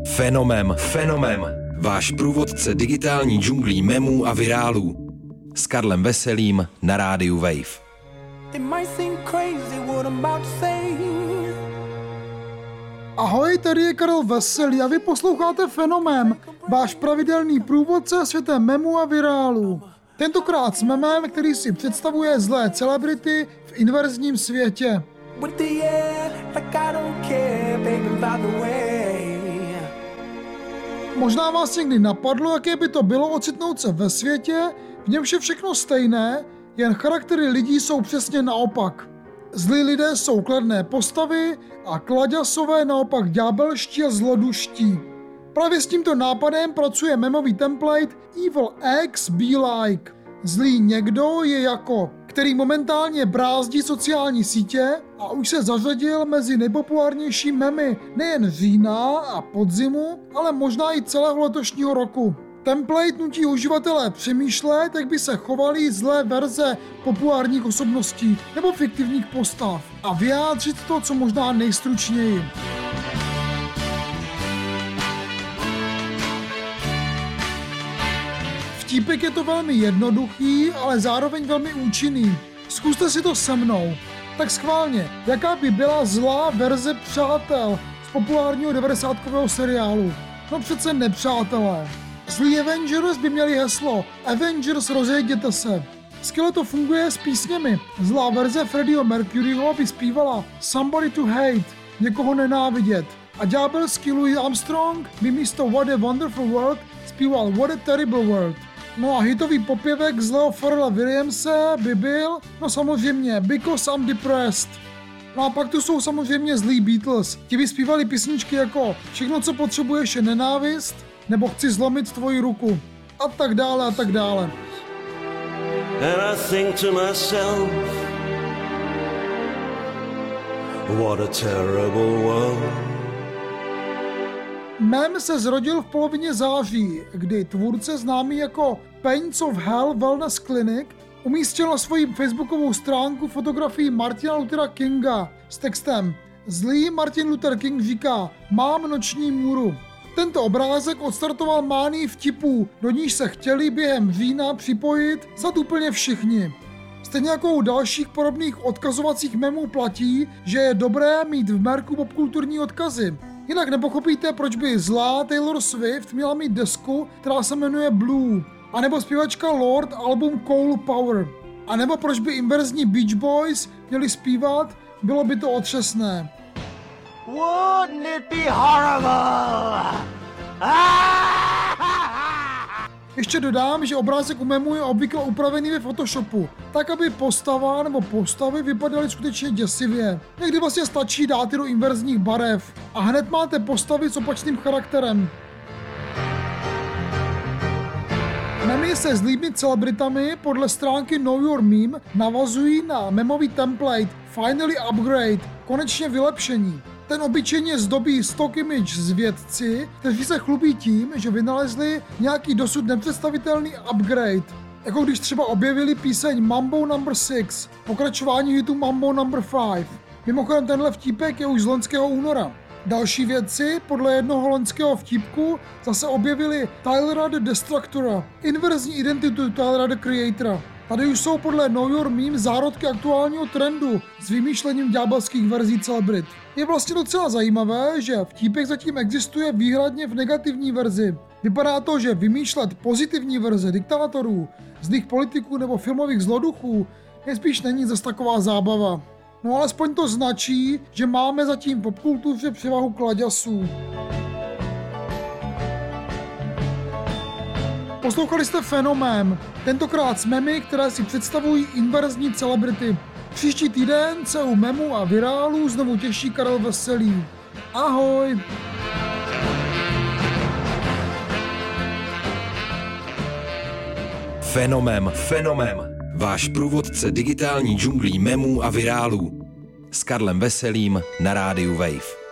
Fenomem. Váš průvodce digitální džunglí memů a virálů. S Karlem Veselým na rádiu Wave. Ahoj, tady je Karel Veselý a vy posloucháte Fenomem, váš pravidelný průvodce světem memů a virálů. Tentokrát s memem, který si představuje zlé celebrity v inverzním světě. Možná vás někdy napadlo, jaké by to bylo ocitnout se ve světě, v němž je všechno stejné, jen charaktery lidí jsou přesně naopak. Zlí lidé jsou kladné postavy a kladěsové naopak ďábelští a zloduští. Právě s tímto nápadem pracuje memový template Evil X Be Like. Zlý někdo je jako, který momentálně brázdí sociální sítě a už se zařadil mezi nejpopulárnější memy nejen října a podzimu, ale možná i celého letošního roku. Template nutí uživatelé přemýšlet, jak by se chovaly zlé verze populárních osobností nebo fiktivních postav a vyjádřit to, co možná nejstručněji. Vtípek je to velmi jednoduchý, ale zároveň velmi účinný. Zkuste si to se mnou. Tak schválně, jaká by byla zlá verze Přátel z populárního 90kového seriálu? No přece nepřátelé. Zlí Avengers by měli heslo Avengers, rozejděte se. Skvěle to funguje s písněmi. Zlá verze Freddieho Mercuryho by zpívala Somebody to Hate, někoho nenávidět. A ďábelský Louis Armstrong by místo What a Wonderful World zpíval What a Terrible World. No a hitový popěvek zlého Pharrella Williamse by byl, no samozřejmě, Because I'm Depressed. No a pak tu jsou samozřejmě zlí Beatles. Ti by zpívali písničky jako Všechno, co potřebuješ, je nenávist, nebo Chci zlomit tvoji ruku. A tak dále, a tak dále. And I think to myself, what a terrible world. Mem se zrodil v polovině září, kdy tvůrce známý jako Pains of Hell Wellness Clinic umístil na svoji facebookovou stránku fotografii Martina Luthera Kinga s textem Zlý Martin Luther King říká, mám noční můru. Tento obrázek odstartoval mánii vtipů, do níž se chtěli během října připojit snad úplně všichni. Stejně jako u dalších podobných odkazovacích memů platí, že je dobré mít v merku popkulturní odkazy. Jinak nepochopíte, proč by zlá Taylor Swift měla mít desku, která se jmenuje Blue. A nebo zpěvačka Lorde album Coal Power. A nebo proč by inverzní Beach Boys měli zpívat, bylo by to otřesné. Wouldn't it be horrible? Ještě dodám, že obrázek u memu je obvykle upravený ve Photoshopu, tak aby postava nebo postavy vypadaly skutečně děsivě. Někdy vlastně stačí dát je do inverzních barev a hned máte postavy s opačným charakterem. Memy se zlými celebritami podle stránky Know Your Meme navazují na memový template Finally Upgrade, konečně vylepšení. Ten obyčejně zdobí stock image z vědci, kteří se chlubí tím, že vynalezli nějaký dosud nepředstavitelný upgrade. Jako když třeba objevili píseň Mambo No. 6, pokračování hitu Mambo No. 5. Mimochodem tenhle vtípek je už z loňského února. Další vědci podle jednoho loňského vtípku zase objevili Tylera the Destructora, inverzní identitu Tylera the Creatora. Tady už jsou podle Know Your Meme zárodky aktuálního trendu s vymýšlením ďábelských verzí celebrit. Je vlastně docela zajímavé, že vtípek zatím existuje výhradně v negativní verzi. Vypadá to, že vymýšlet pozitivní verze diktátorů, zlých politiků nebo filmových zloduchů nejspíš není zas taková zábava. No alespoň to značí, že máme zatím v popkultuře převahu kladěsů. Poslouchali jste Fenomén, tentokrát s memy, které si představují inverzní celebrity. Příští týden se u memů a virálů znovu těší Karel Veselý. Ahoj! Fenomem. Váš průvodce digitální džunglí memů a virálů. S Karlem Veselým na rádiu Wave.